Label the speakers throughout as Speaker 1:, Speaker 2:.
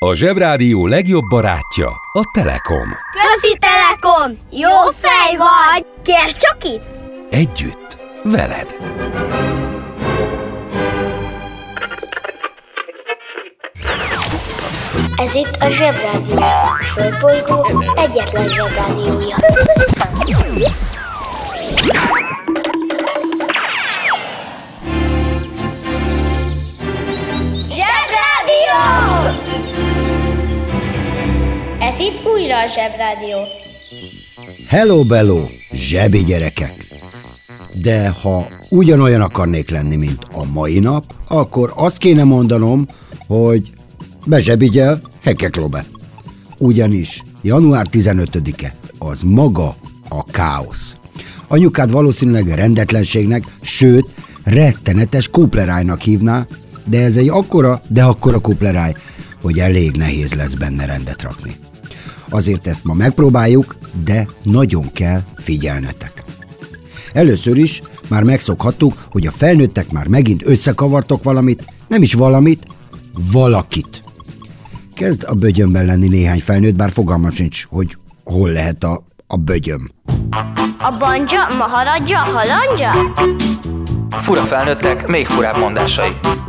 Speaker 1: A Zsebrádió legjobb barátja a Telekom.
Speaker 2: Köszi Telekom! Jó fej vagy! Kérd csak itt!
Speaker 1: Együtt, veled!
Speaker 3: Ez itt a Zsebrádió, a Földbolygó egyetlen Zsebrádiója.
Speaker 2: Zsebrádió! Ez itt újra a Zsebrádió.
Speaker 4: Hello, bello, zsebi gyerekek! De ha ugyanolyan akarnék lenni, mint a mai nap, akkor azt kéne mondanom, hogy bezsebigyel, hekeklobe. Ugyanis január 15-e az maga a káosz. Anyukád valószínűleg rendetlenségnek, sőt, rettenetes kuplerájnak hívná, de ez egy akkora kupleráj, hogy elég nehéz lesz benne rendet rakni. Azért ezt ma megpróbáljuk, de nagyon kell figyelnetek. Először is már megszokhattuk, hogy a felnőttek már megint összekavartok valamit, nem is valamit, valakit. Kezd a bögyönben lenni néhány felnőtt, bár fogalmam sincs, hogy hol lehet a bögyöm.
Speaker 2: A banja, maharadja, halandja?
Speaker 5: Fura felnőttek, még furább mondásai.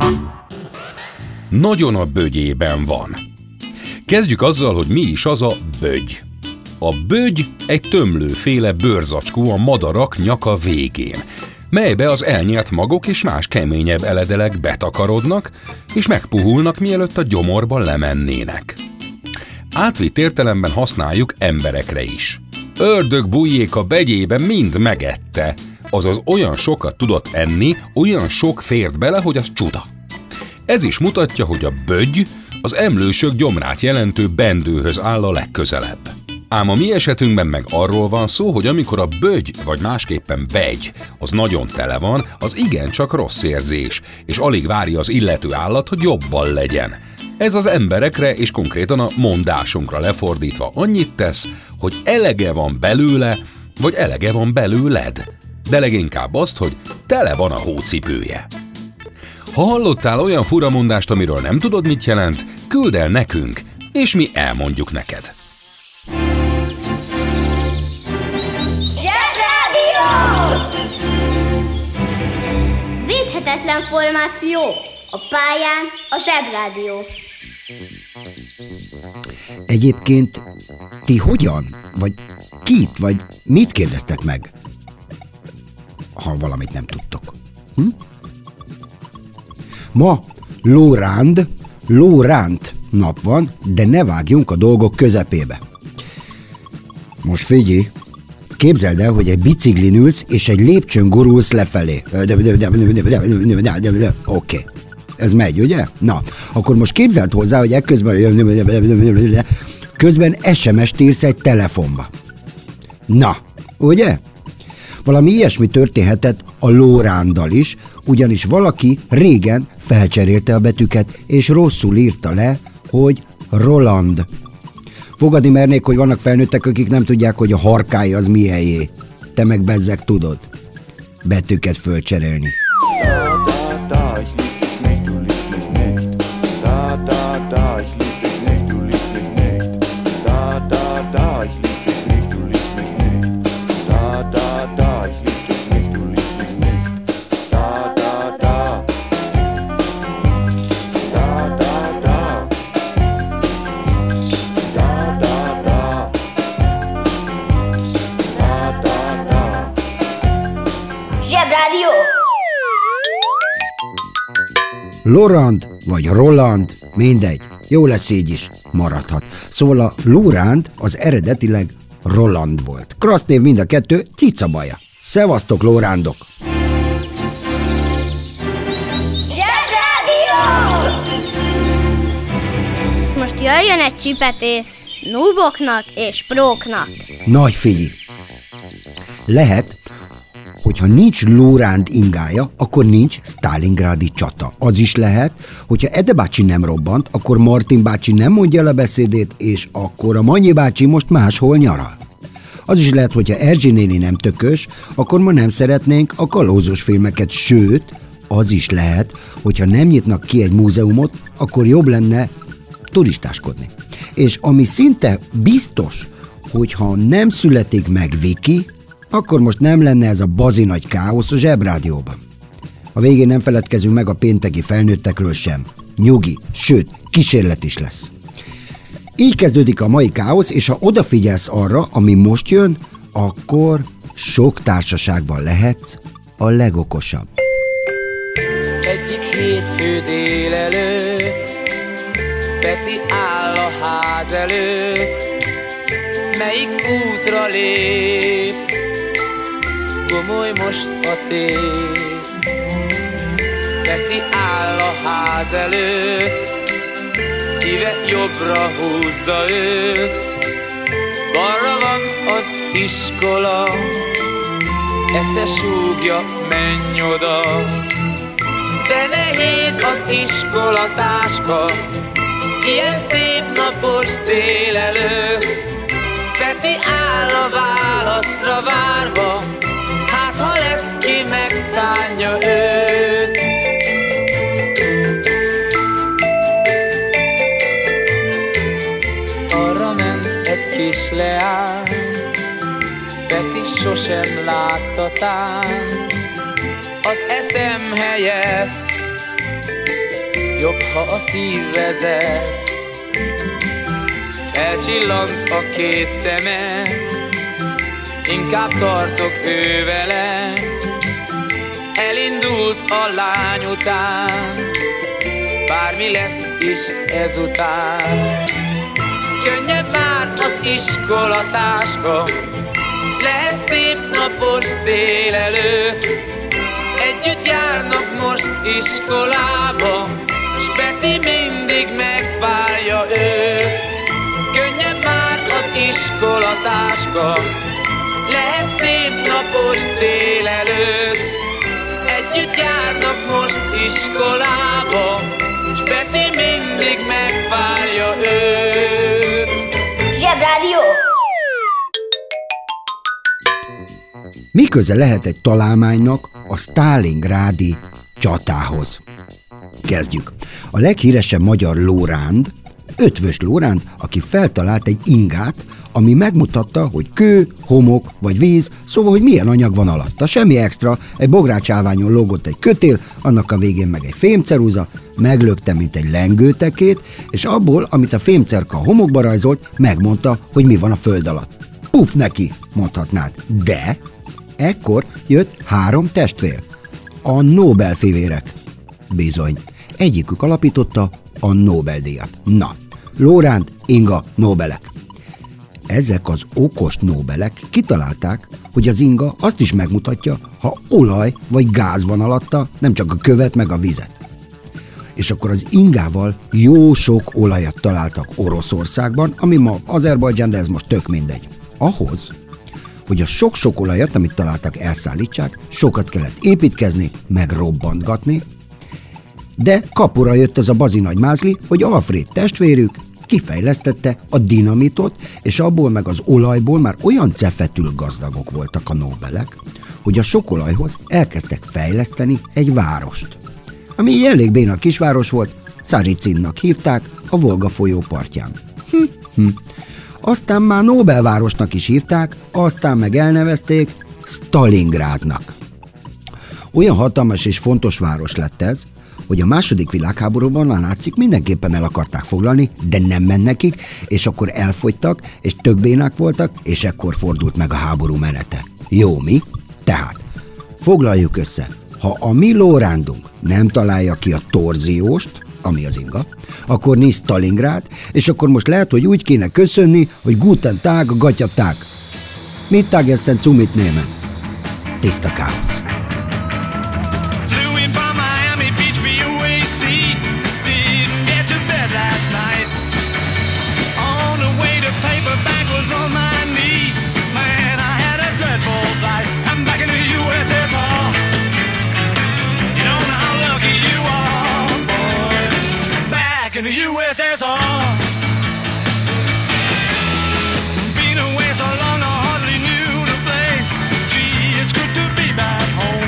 Speaker 1: Nagyon a bögyében van. Kezdjük azzal, hogy mi is az a bögy. A bögy egy tömlőféle bőrzacskó a madarak nyaka végén, melybe az elnyelt magok és más keményebb eledelek betakarodnak, és megpuhulnak, mielőtt a gyomorba lemennének. Átvitt értelemben használjuk emberekre is. Ördög bujjék a begyében mind megette, azaz olyan sokat tudott enni, olyan sok fért bele, hogy az csuda. Ez is mutatja, hogy a bögy az emlősök gyomrát jelentő bendőhöz áll a legközelebb. Ám a mi esetünkben meg arról van szó, hogy amikor a bögy, vagy másképpen begy, az nagyon tele van, az igencsak rossz érzés, és alig várja az illető állat, hogy jobban legyen. Ez az emberekre és konkrétan a mondásunkra lefordítva annyit tesz, hogy elege van belőle, vagy elege van belőled. De leginkább azt, hogy tele van a hócipője. Ha hallottál olyan furamondást, amiről nem tudod, mit jelent, küldd el nekünk, és mi elmondjuk neked.
Speaker 2: Védhetetlen formáció. A pályán a Zsebrádió.
Speaker 4: Egyébként ti hogyan, vagy kit, vagy mit kérdeztek meg, ha valamit nem tudtok? Ma Lóránt nap van, de ne vágjunk a dolgok közepébe. Most figyelj, képzeld el, hogy egy biciklin ülsz, és egy lépcsőn gurulsz lefelé. Oké. Ez megy, ugye? Na, akkor most képzeld hozzá, hogy közben SMS-t írsz egy telefonba. Na, ugye? Valami ilyesmi történhetett a Lóránddal is, ugyanis valaki régen felcserélte a betűket, és rosszul írta le, hogy Roland. Fogadni mernék, hogy vannak felnőttek, akik nem tudják, hogy a harkály az milyenjé. Te meg bezzeg tudod betűket fölcserélni.
Speaker 2: Zsebrádió!
Speaker 4: Lorand vagy Roland, mindegy, jó lesz így is, maradhat. Szóval a Lóránd az eredetileg Roland volt. Krassz név mind a kettő, cicabaja. Szevasztok, Lórándok!
Speaker 2: Zsebrádió! Most jöjjön egy csipetész núboknak és próknak.
Speaker 4: Nagy figyelj! Lehet, hogyha nincs Lóránd ingája, akkor nincs sztálingrádi csata. Az is lehet, hogyha Ede bácsi nem robbant, akkor Martin bácsi nem mondja le beszédét, és akkor a Manyi bácsi most máshol nyaral. Az is lehet, hogyha Erzsi néni nem tökös, akkor ma nem szeretnénk a kalózos filmeket, sőt, az is lehet, hogyha nem nyitnak ki egy múzeumot, akkor jobb lenne turistáskodni. És ami szinte biztos, hogyha nem születik meg Viki, akkor most nem lenne ez a bazinagy káosz a Zsebrádióban. A végén nem feledkezünk meg a pénteki felnőttekről sem. Nyugi, sőt, kísérlet is lesz. Így kezdődik a mai káosz, és ha odafigyelsz arra, ami most jön, akkor sok társaságban lehetsz a legokosabb.
Speaker 6: Egyik hétfő délelőtt Peti áll a ház előtt. Melyik útra lép? Gomoly most a tét. Peti áll a ház előtt, szíve jobbra húzza őt. Balra van az iskola, esze súgja, menj oda. De nehéz az iskolatáska, ilyen szép napos délelőtt. Peti áll a válaszra várva, hát ha lesz, ki megszánja őt. Arra ment egy kis leány, Peti sosem látta tán. Az eszem helyett jobb, ha a szív vezet. Felcsillant a két szeme, inkább tartok ő vele. Elindult a lány után, bármi lesz is ezután. Könnyebb már az iskolatáska, lehet szép napos délelőtt. Együtt járnak most iskolába, s Peti mindig megvárja őt. Könnyebb már az iskolatáska, lehet szép napos délelőtt. Együtt járnak most iskolába, s Peti mindig megvárja őt.
Speaker 3: Zsebrádió!
Speaker 4: Mi köze lehet egy találmánynak a sztálingrádi csatához? Kezdjük. A leghíresebb magyar lóránd, Ötvös Lóránd, aki feltalált egy ingát, ami megmutatta, hogy kő, homok vagy víz, szóval, hogy milyen anyag van alatta. Semmi extra, egy bográcsálványon lógott egy kötél, annak a végén meg egy fémceruza, meglökte, mint egy lengőtekét, és abból, amit a fémcerka a homokba rajzolt, megmondta, hogy mi van a föld alatt. Puf neki, mondhatnád. De ekkor jött 3 testvér, a Nobel-fivérek. Bizony, egyikük alapította a Nobel-díjat. Na, Lóránd, Inga, Nobelek. Ezek az okos Nobelek kitalálták, hogy az inga azt is megmutatja, ha olaj vagy gáz van alatta, nem csak a követ meg a vizet. És akkor az ingával jó sok olajat találtak Oroszországban, ami ma Azerbajdzsán, de ez most tök mindegy. Ahhoz, hogy a sok-sok olajat, amit találtak, elszállítsák, sokat kellett építkezni, meg robbantgatni, de kapura jött az a bazinagy mázli, hogy Alfred testvérük kifejlesztette a dinamitot, és abból meg az olajból már olyan cefetül gazdagok voltak a Nobelek, hogy a sok olajhoz elkezdtek fejleszteni egy várost. Ami egy elég béna kisváros volt, Caricinnak hívták, a Volga folyó partján. Aztán már Nobelvárosnak is hívták, aztán meg elnevezték Stalingrádnak. Olyan hatalmas és fontos város lett ez, hogy a II. Világháborúban a nácik mindenképpen el akarták foglalni, de nem ment nekik, és akkor elfogytak, és tök bénák voltak, és ekkor fordult meg a háború menete. Jó, mi? Tehát, foglaljuk össze, ha a mi Lórándunk nem találja ki a torzióst, ami az inga, akkor nincs Stalingrád, és akkor most lehet, hogy úgy kéne köszönni, hogy Guten Tag, Gatya Tag. Mit Tag essen zu mitnehmen? Tiszta káosz.
Speaker 7: In the USSR, been away so long I hardly knew the place. Gee, it's good to be back home.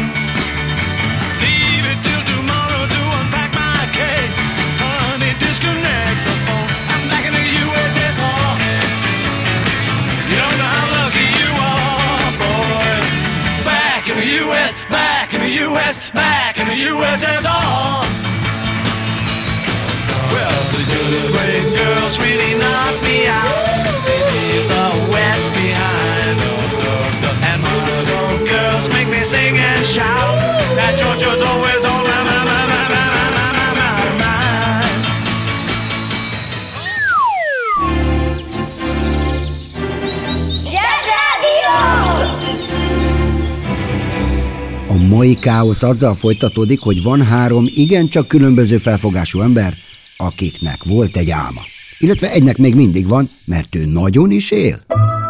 Speaker 7: Leave it till tomorrow to unpack my case. Honey, disconnect the phone. West back in the USSR. Well, the Julie girls really knocked me out. They leave the West behind. And Moscow girls make me sing and shout. That Georgia's always on my mind.
Speaker 4: A mai káosz azzal folytatódik, hogy van 3 igencsak különböző felfogású ember, akiknek volt egy álma. Illetve egynek még mindig van, mert ő nagyon is él.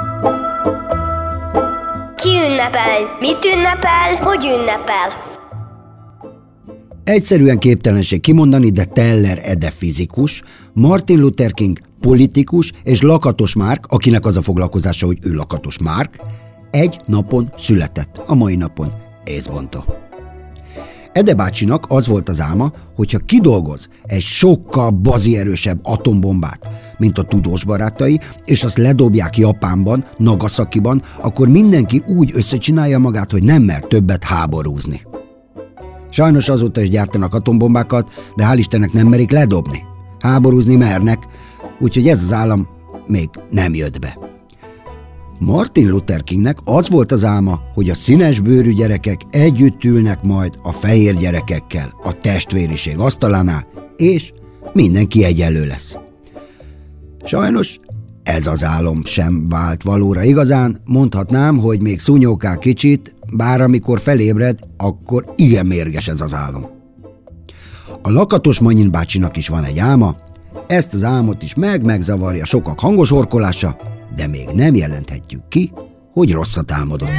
Speaker 3: Ki ünnepel? Mit ünnepel? Hogy ünnepel?
Speaker 4: Egyszerűen képtelenség kimondani, de Teller Ede fizikus, Martin Luther King politikus és Lakatos Márk, akinek az a foglalkozása, hogy ő Lakatos Márk, egy napon született, a mai napon, észbontó. Ede bácsinak az volt az álma, hogyha kidolgoz egy sokkal bazierősebb atombombát, mint a tudós barátai, és azt ledobják Japánban, Nagasakiban, akkor mindenki úgy összecsinálja magát, hogy nem mer többet háborúzni. Sajnos azóta is gyártanak atombombákat, de hál' Istennek nem merik ledobni. Háborúzni mernek, úgyhogy ez az állam még nem jött be. Martin Luther Kingnek az volt az álma, hogy a színes bőrű gyerekek együtt ülnek majd a fehér gyerekekkel a testvériség asztalánál, és mindenki egyenlő lesz. Sajnos ez az álom sem vált valóra igazán, mondhatnám, hogy még szúnyókál kicsit, bár amikor felébred, akkor igen mérges ez az álom. A Lakatos Manyin bácsinak is van egy álma, ezt az álmot is megzavarja sokak hangos horkolása, de még nem jelenthetjük ki, hogy rosszat álmodott.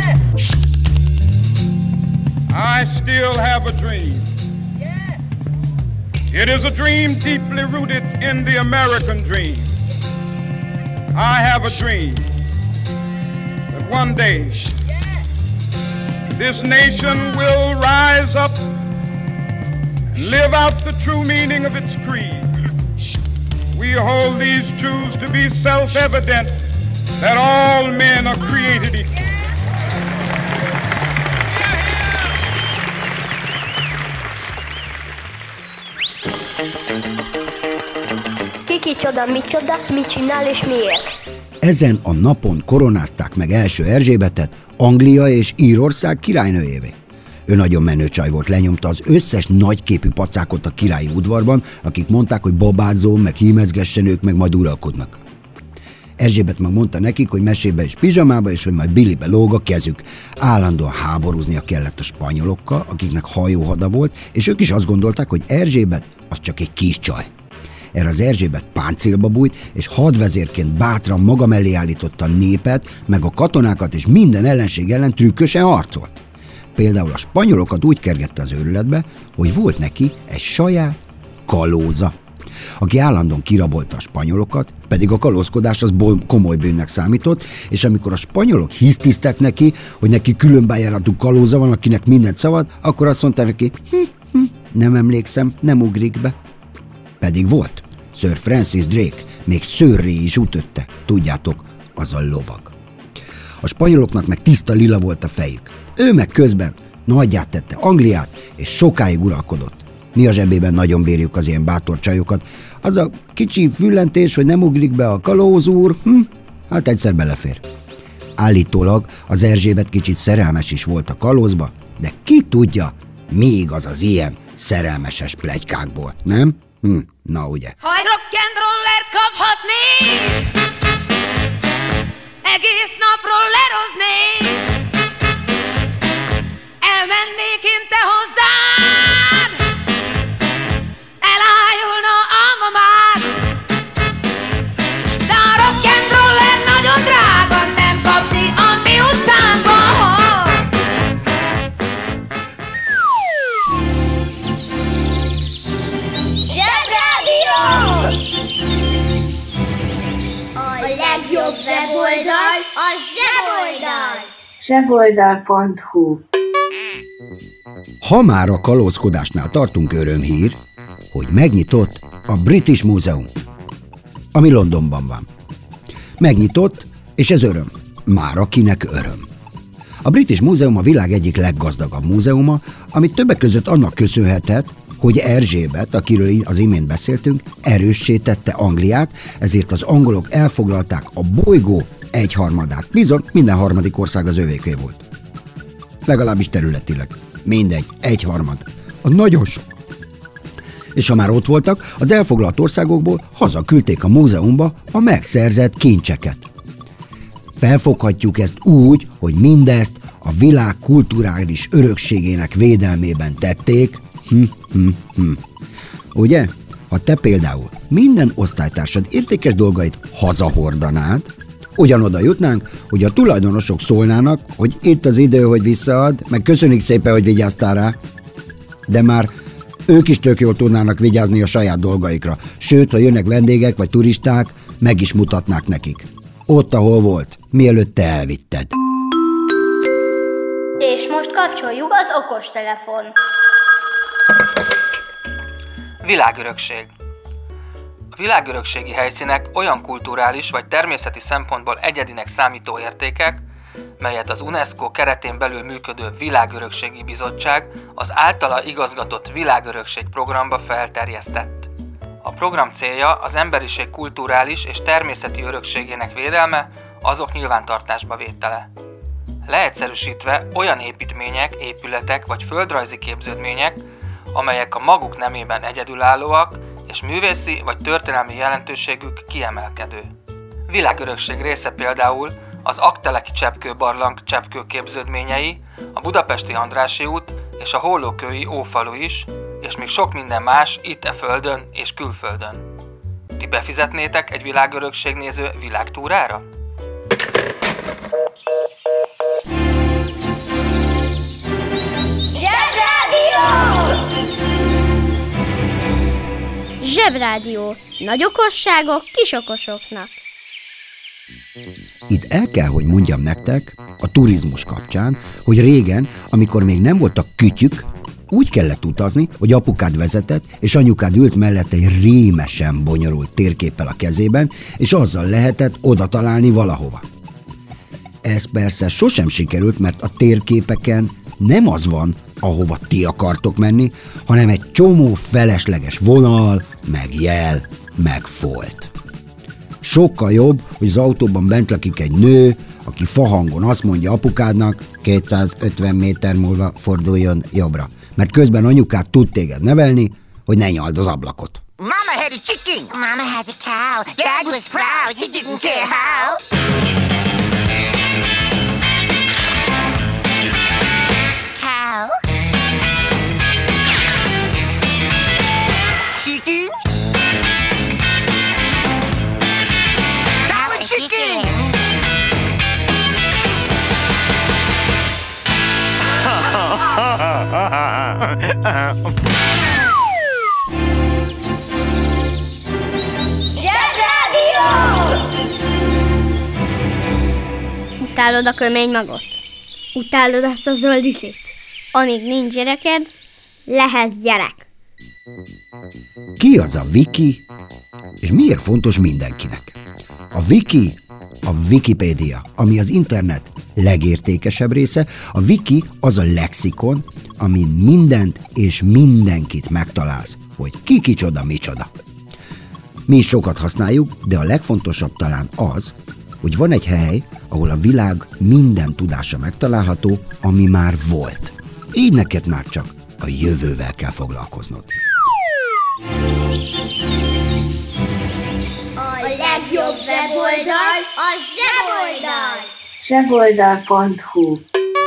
Speaker 8: I still have a dream. It is a dream deeply rooted in the American dream. I have a dream that one day this nation will rise up and live out the true meaning of its creed. We hold these truths to be self-evident, that all men are created equal.
Speaker 3: Kicsoda, micsoda, mit csinál és miért?
Speaker 4: Ezen a napon koronázták meg első Erzsébetet, Anglia és Írország királynőjévé. Ő nagyon menő csaj volt, lenyomta az összes nagyképű pacákot a királyi udvarban, akik mondták, hogy babázzon, meg hímezgessen ők, meg majd uralkodnak. Erzsébet meg mondta nekik, hogy mesébe és pizsamába, és hogy majd Billybe lóg a kezük. Állandóan háborúznia kellett a spanyolokkal, akiknek hajóhada volt, és ők is azt gondolták, hogy Erzsébet az csak egy kis csaj. Erre az Erzsébet páncélba bújt, és hadvezérként bátran maga mellé állította a népet, meg a katonákat, és minden ellenség ellen trükkösen harcolt. Például a spanyolokat úgy kergette az őrületbe, hogy volt neki egy saját kalóza, aki állandóan kirabolta a spanyolokat, pedig a kalózkodás az komoly bűnnek számított, és amikor a spanyolok hisztisztek neki, hogy neki külön bejáratú kalóza van, akinek mindent szabad, akkor azt mondta neki, nem emlékszem, nem ugrik be. Pedig volt. Sir Francis Drake, még Sirré is ütötte, tudjátok, az a lovag. A spanyoloknak meg tiszta lila volt a fejük. Ő meg közben nagyját tette Angliát, és sokáig uralkodott. Mi a zsebében nagyon bírjuk az ilyen bátor csajokat. Az a kicsi füllentés, hogy nem ugrik be a kalóz úr, hát egyszer belefér. Állítólag az Erzsébet kicsit szerelmes is volt a kalózba, de ki tudja, mi igaz az ilyen szerelmeses pletykákból, nem? Na ugye.
Speaker 9: Ha egy rock'n'rollert kaphatnék, egész napról leroznék, elmennék én te hozzád, elájulna alma már. De a rock'n'roller nagyon drága, nem kapni a mi utcánkban.
Speaker 2: A legjobb weboldal a Zseboldal!
Speaker 10: Zseboldal.hu.
Speaker 4: Ha már a kalózkodásnál tartunk, örömhír, hogy megnyitott a British Museum, ami Londonban van. Megnyitott, és ez öröm. Már akinek öröm. A British Múzeum a világ egyik leggazdagabb múzeuma, amit többek között annak köszönhetett, hogy Erzsébet, akiről az imént beszéltünk, erőssé tette Angliát, ezért az angolok elfoglalták a bolygó 1/3. Bizony, minden harmadik ország az övéké volt. Legalábbis területileg. Mindegy, 1/3. Az nagyon sok. És ha már ott voltak, az elfoglalt országokból hazaküldték a múzeumba a megszerzett kincseket. Felfoghatjuk ezt úgy, hogy mindezt a világ kulturális örökségének védelmében tették. Ugye? Ha te például minden osztálytársad értékes dolgait hazahordanád, ugyanoda jutnánk, hogy a tulajdonosok szólnának, hogy itt az idő, hogy visszaad, meg köszönjük szépen, hogy vigyáztál rá. De már ők is tök jól tudnának vigyázni a saját dolgaikra. Sőt, ha jönnek vendégek vagy turisták, meg is mutatnák nekik. Ott, ahol volt, mielőtt te elvitted.
Speaker 2: És most kapcsoljuk az okostelefon.
Speaker 5: Világörökség. A világörökségi helyszínek olyan kulturális vagy természeti szempontból egyedinek számító értékek, melyet az UNESCO keretén belül működő Világörökségi Bizottság az általa igazgatott Világörökség programba felterjesztett. A program célja az emberiség kulturális és természeti örökségének védelme, azok nyilvántartásba vétele. Leegyszerűsítve olyan építmények, épületek vagy földrajzi képződmények, amelyek a maguk nemében egyedülállóak és művészi vagy történelmi jelentőségük kiemelkedő. Világörökség része például az Aggteleki cseppkőbarlang cseppkőképződményei, a budapesti Andrássy út és a hollókői Ófalu is, és még sok minden más itt e földön és külföldön. Ti befizetnétek egy világörökségnéző világtúrára?
Speaker 2: Zsebrádió. Nagy okosságok kis okosoknak.
Speaker 4: Itt el kell, hogy mondjam nektek, a turizmus kapcsán, hogy régen, amikor még nem voltak kütyük, úgy kellett utazni, hogy apukád vezetett, és anyukád ült mellett egy rémesen bonyolult térképpel a kezében, és azzal lehetett oda találni valahova. Ez persze sosem sikerült, mert a térképeken nem az van, ahova ti akartok menni, hanem egy csomó felesleges vonal, meg jel, meg folt. Sokkal jobb, hogy az autóban bent lakik egy nő, aki fahangon azt mondja apukádnak, 250 méter múlva forduljon jobbra, mert közben anyukád tud téged nevelni, hogy ne nyald az ablakot.
Speaker 11: Mama had a chicken, Mama had a cow, Dad was proud, he didn't care how. Cow. Chicken. Cow and chicken.
Speaker 2: Utálod a kömény magot? Utálod azt a zöld izét? Amíg nincs gyereked, lehetsz gyerek.
Speaker 4: Ki az a Wiki, és miért fontos mindenkinek? A Wiki a Wikipédia, ami az internet legértékesebb része. A Wiki az a lexikon, amin mindent és mindenkit megtalálsz, hogy ki kicsoda, micsoda. Mi is sokat használjuk, de a legfontosabb talán az, hogy van egy hely, ahol a világ minden tudása megtalálható, ami már volt. Így neked már csak a jövővel kell foglalkoznod.
Speaker 2: A legjobb weboldal a Zseboldal!
Speaker 10: Zseboldal.hu.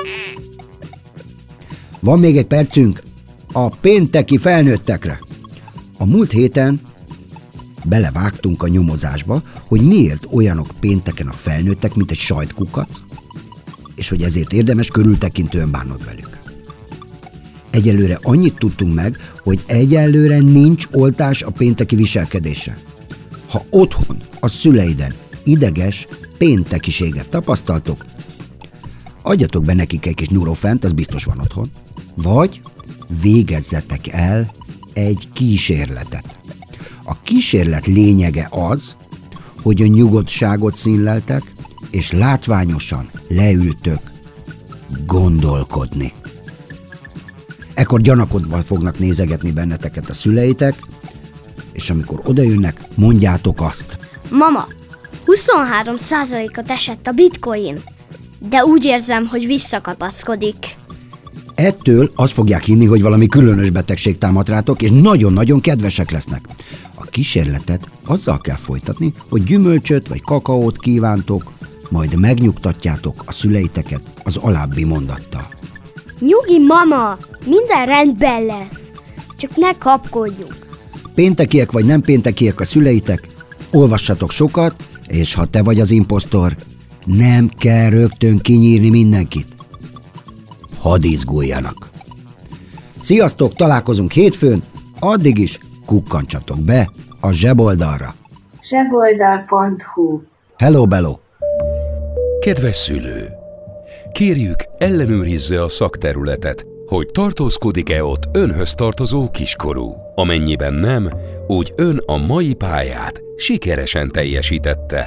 Speaker 4: Van még egy percünk a pénteki felnőttekre. A múlt héten belevágtunk a nyomozásba, hogy miért olyanok pénteken a felnőttek, mint egy sajtkukac, és hogy ezért érdemes körültekintően bánod velük. Egyelőre annyit tudtunk meg, hogy egyelőre nincs oltás a pénteki viselkedésre. Ha otthon, a szüleiden ideges péntekiséget tapasztaltok, adjatok be nekik egy kis Nurofent, az biztos van otthon, vagy végezzetek el egy kísérletet. A kísérlet lényege az, hogy a nyugodtságot színleltek, és látványosan leültök gondolkodni. Ekkor gyanakodva fognak nézegetni benneteket a szüleitek, és amikor odajönnek, mondjátok azt.
Speaker 2: Mama, 23%-ot esett a bitcoin, de úgy érzem, hogy visszakapaszkodik.
Speaker 4: Ettől azt fogják hinni, hogy valami különös betegség támad rátok, és nagyon-nagyon kedvesek lesznek. A kísérletet azzal kell folytatni, hogy gyümölcsöt vagy kakaót kívántok, majd megnyugtatjátok a szüleiteket az alábbi mondattal.
Speaker 2: Nyugi, mama, minden rendben lesz, csak ne kapkodjunk.
Speaker 4: Péntekiek vagy nem péntekiek a szüleitek, olvassatok sokat, és ha te vagy az imposztor, nem kell rögtön kinyírni mindenkit. Hadd izguljanak. Sziasztok, találkozunk hétfőn, addig is kukkantsatok be a zseboldalra.
Speaker 10: Zseboldal.hu.
Speaker 4: Hello, bello!
Speaker 1: Kedves szülő! Kérjük, ellenőrizze a szakterületet, hogy tartózkodik-e ott önhöz tartozó kiskorú. Amennyiben nem, úgy ön a mai pályát sikeresen teljesítette.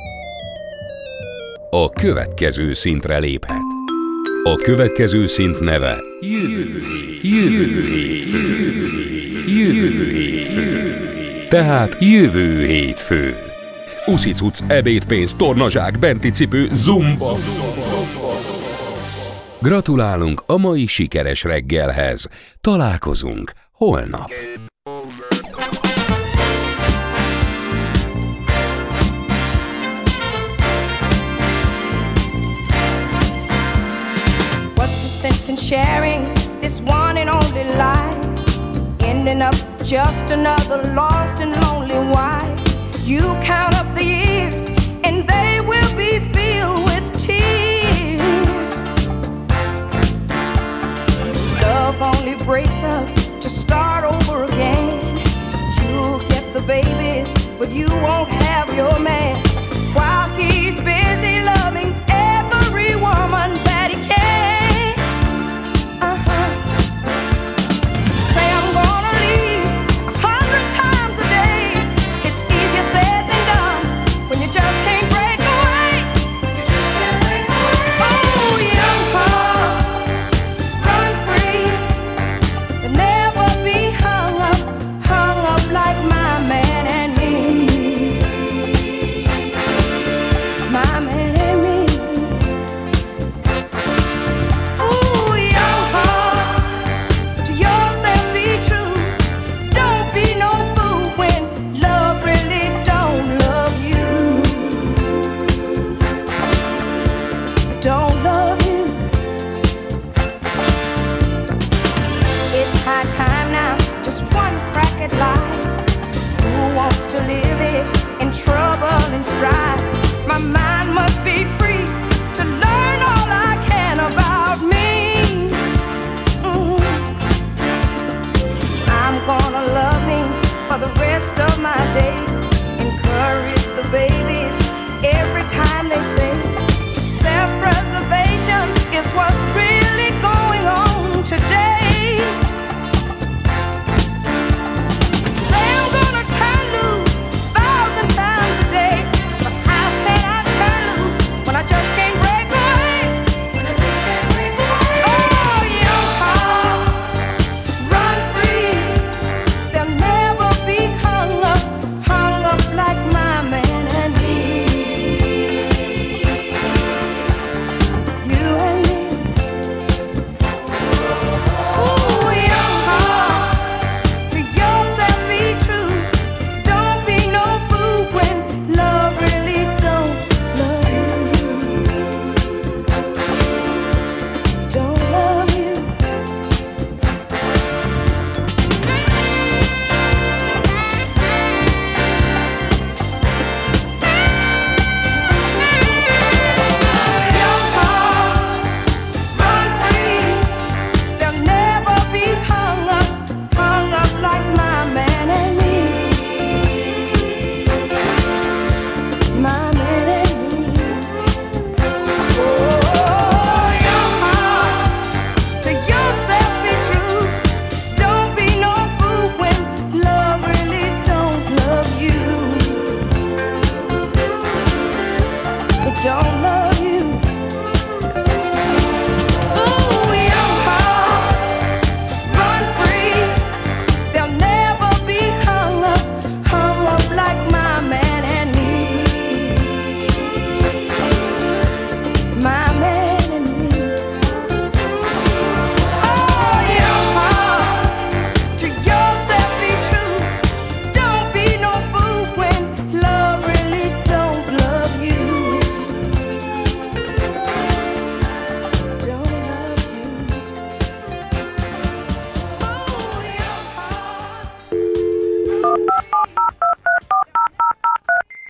Speaker 1: A következő szintre léphet. A következő szint neve Jövő hétfő. Tehát jövő hétfő. Uszicuc, ebédpénz, tornazsák, benti cipő, zumba. Gratulálunk a mai sikeres reggelhez. Találkozunk holnap.
Speaker 12: What's the sense in sharing this one and only life? Ending up just another lost and lonely wife. You count up the years and they will be filled with tears. Love only breaks up to start over again. You'll get the babies, but you won't have your man. While he's busy loving every woman that he can. Say I'm gonna leave 100 times a day. It's easier said than done when you just can't break away. Oh, young hearts, run free. You'll never be hung up like my man and me. My man and me. Ooh, young hearts, to yourself be true. Don't be no fool when love really don't love you. Don't love you. It's high time now, just one crack at life. Who wants to live it in trouble and strife? My mind must be free to learn all I can about me. I'm gonna love me for the rest of my days. Encourage the babies every time they sing. Self-preservation is what's really going on today.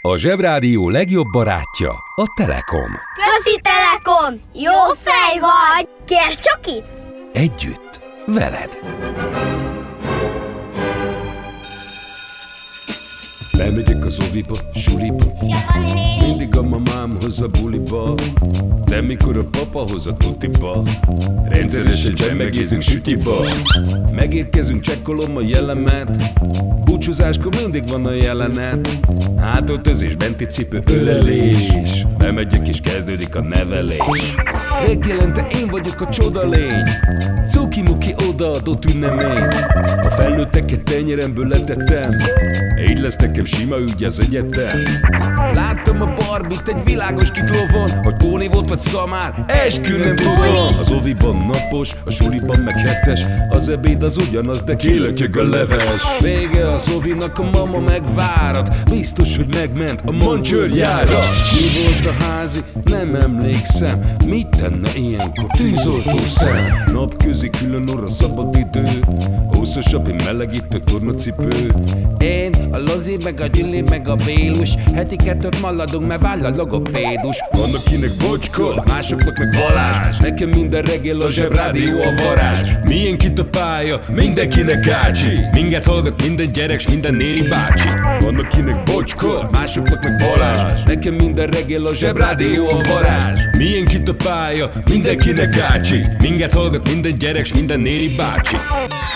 Speaker 1: A Zsebrádió legjobb barátja a Telekom.
Speaker 2: Közi Telekom! Jó fej vagy! Kérd csak itt!
Speaker 1: Együtt, veled! Lemegyek az oviba, suliba, mindig a mamám hoz a buliba, de mikor a papa hoz a tutiba, rendszeresen csemmegézünk sütiba. Megérkezünk, csekkolom a jellemet, búcsúzáskor mindig van a jelenet. Hátöltözés, benti cipő, ölelés, bemegyek és kezdődik a nevelés. Reggelente én vagyok a csoda lény, cuki-muki odaadott ünnemény. A felnőtteket tenyeremből letettem, így lesz nekem sima ügy az egyetem. Láttam a Barbit egy világos kiklovon, hogy Póni volt vagy szamár, eskü nem tudom. Az oviban napos, a suliban meg hetes, az ebéd az ugyanaz, de kilötyög a leves. Vége az ovinak, a mama megvárat, biztos, hogy megment a mancsőrjára. Mi volt a házi? Nem emlékszem, mit tenne ilyenkor tűzoltó szem? Napközi külön orra szabad idő, húszosabb, én melegítő tornacipő. Én, a Lozi, meg a Gyüli, meg a Bélus, heti 2 maladunk, mert váll a logopédus. Van akinek Bocska, másoknak meg Balázs, nekem minden reggel a Zsebrádió a varázs. Miénk itt a pálya, mindenkinek ácsi, minket hallgat minden gyerek, s minden néri bácsi. Van akinek Bocska, másoknak meg Balázs, nekem minden reggel a Zsebrádió a varázs. Miénk itt a pálya, mindenkinek ácsi, minket hallgat minden gyerek, s minden néri bácsi.